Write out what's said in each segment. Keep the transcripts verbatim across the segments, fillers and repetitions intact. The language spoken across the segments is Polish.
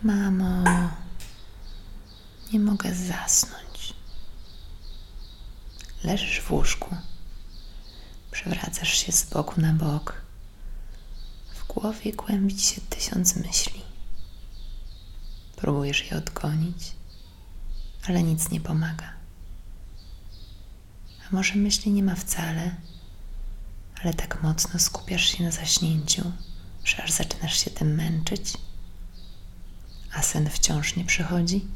Mamo, nie mogę zasnąć. Leżysz w łóżku, przewracasz się z boku na bok. W głowie kłębi ci się tysiąc myśli. Próbujesz je odgonić, ale nic nie pomaga. A może myśli nie ma wcale, ale tak mocno skupiasz się na zaśnięciu, że aż zaczynasz się tym męczyć, a sen wciąż nie przychodzi?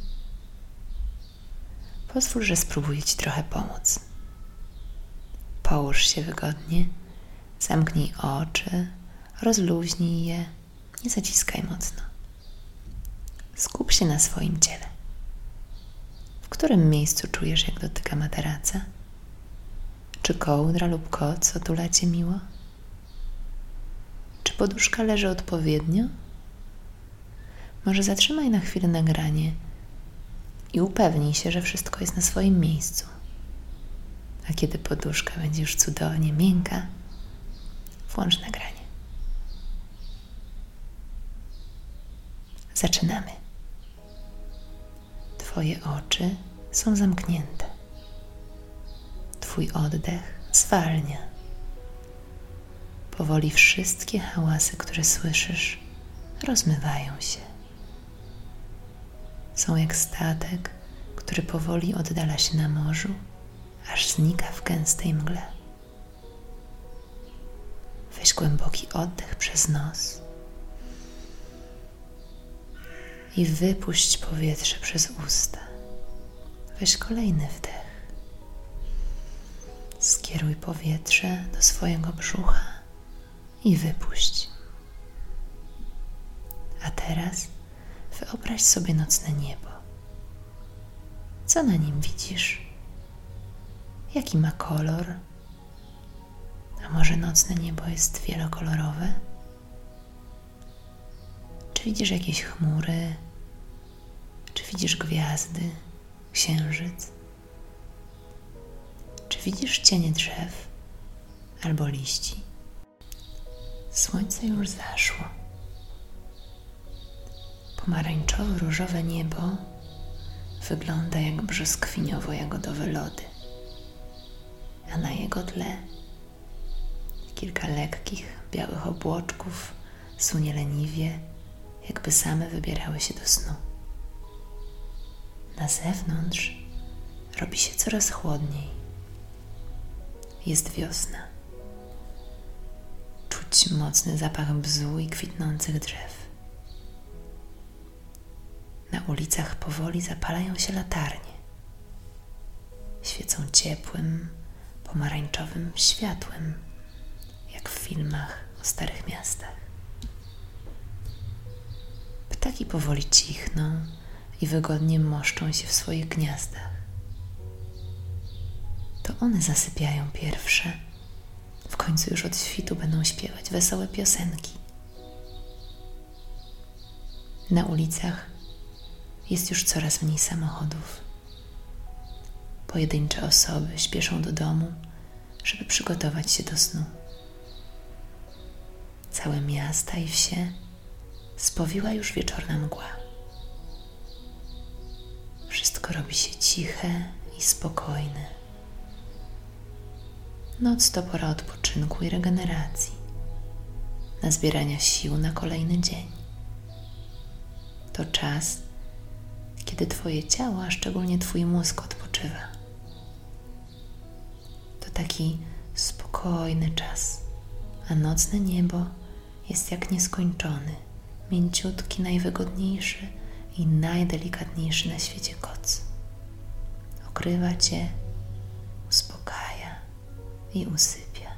Pozwól, że spróbuję ci trochę pomóc. Połóż się wygodnie, zamknij oczy, rozluźnij je, nie zaciskaj mocno. Skup się na swoim ciele. W którym miejscu czujesz, jak dotyka materaca? Czy kołdra lub koc otula cię miło? Czy poduszka leży odpowiednio? Może zatrzymaj na chwilę nagranie i upewnij się, że wszystko jest na swoim miejscu. A kiedy poduszka będzie już cudownie miękka, włącz nagranie. Zaczynamy. Twoje oczy są zamknięte. Twój oddech zwalnia. Powoli wszystkie hałasy, które słyszysz, rozmywają się. Są jak statek, który powoli oddala się na morzu, aż znika w gęstej mgle. Weź głęboki oddech przez nos i wypuść powietrze przez usta. Weź kolejny wdech. Skieruj powietrze do swojego brzucha i wypuść. A teraz wyobraź sobie nocne niebo. Co na nim widzisz? Jaki ma kolor? A może nocne niebo jest wielokolorowe? Czy widzisz jakieś chmury? Czy widzisz gwiazdy, księżyc? Czy widzisz cienie drzew albo liści? Słońce już zaszło. Pomarańczowo-różowe niebo wygląda jak brzoskwiniowo-jagodowe lody, a na jego tle kilka lekkich, białych obłoczków sunie leniwie, jakby same wybierały się do snu. Na zewnątrz robi się coraz chłodniej. Jest wiosna. Czuć mocny zapach bzu i kwitnących drzew. Na ulicach powoli zapalają się latarnie. Świecą ciepłym, pomarańczowym światłem, jak w filmach o starych miastach. Ptaki powoli cichną i wygodnie moszczą się w swoich gniazdach. To one zasypiają pierwsze. W końcu już od świtu będą śpiewać wesołe piosenki. Na ulicach jest już coraz mniej samochodów. Pojedyncze osoby śpieszą do domu, żeby przygotować się do snu. Całe miasta i wsie spowiła już wieczorna mgła. Wszystko robi się ciche i spokojne. Noc to pora odpoczynku i regeneracji, na zbierania sił na kolejny dzień. To czas, kiedy Twoje ciało, a szczególnie Twój mózg odpoczywa. To taki spokojny czas, a nocne niebo jest jak nieskończony, mięciutki, najwygodniejszy i najdelikatniejszy na świecie koc. Okrywa Cię, uspokaja i usypia.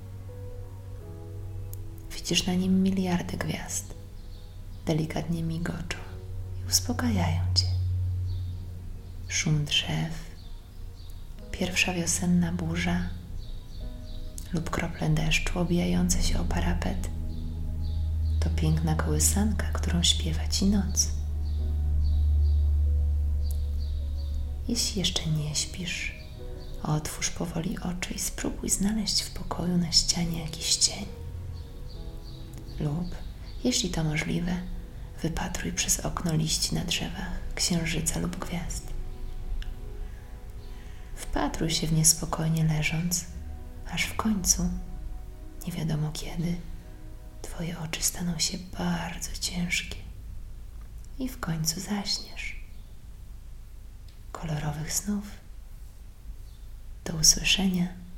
Widzisz na nim miliardy gwiazd, delikatnie migoczą i uspokajają Cię. Szum drzew, pierwsza wiosenna burza lub krople deszczu obijające się o parapet to piękna kołysanka, którą śpiewa Ci noc. Jeśli jeszcze nie śpisz, otwórz powoli oczy i spróbuj znaleźć w pokoju na ścianie jakiś cień. Lub, jeśli to możliwe, Wypatruj przez okno liści na drzewach, księżyca lub gwiazd. Wpatruj się w nie spokojnie leżąc, aż w końcu, nie wiadomo kiedy, twoje oczy staną się bardzo ciężkie i w końcu zaśniesz. Kolorowych snów. Do usłyszenia.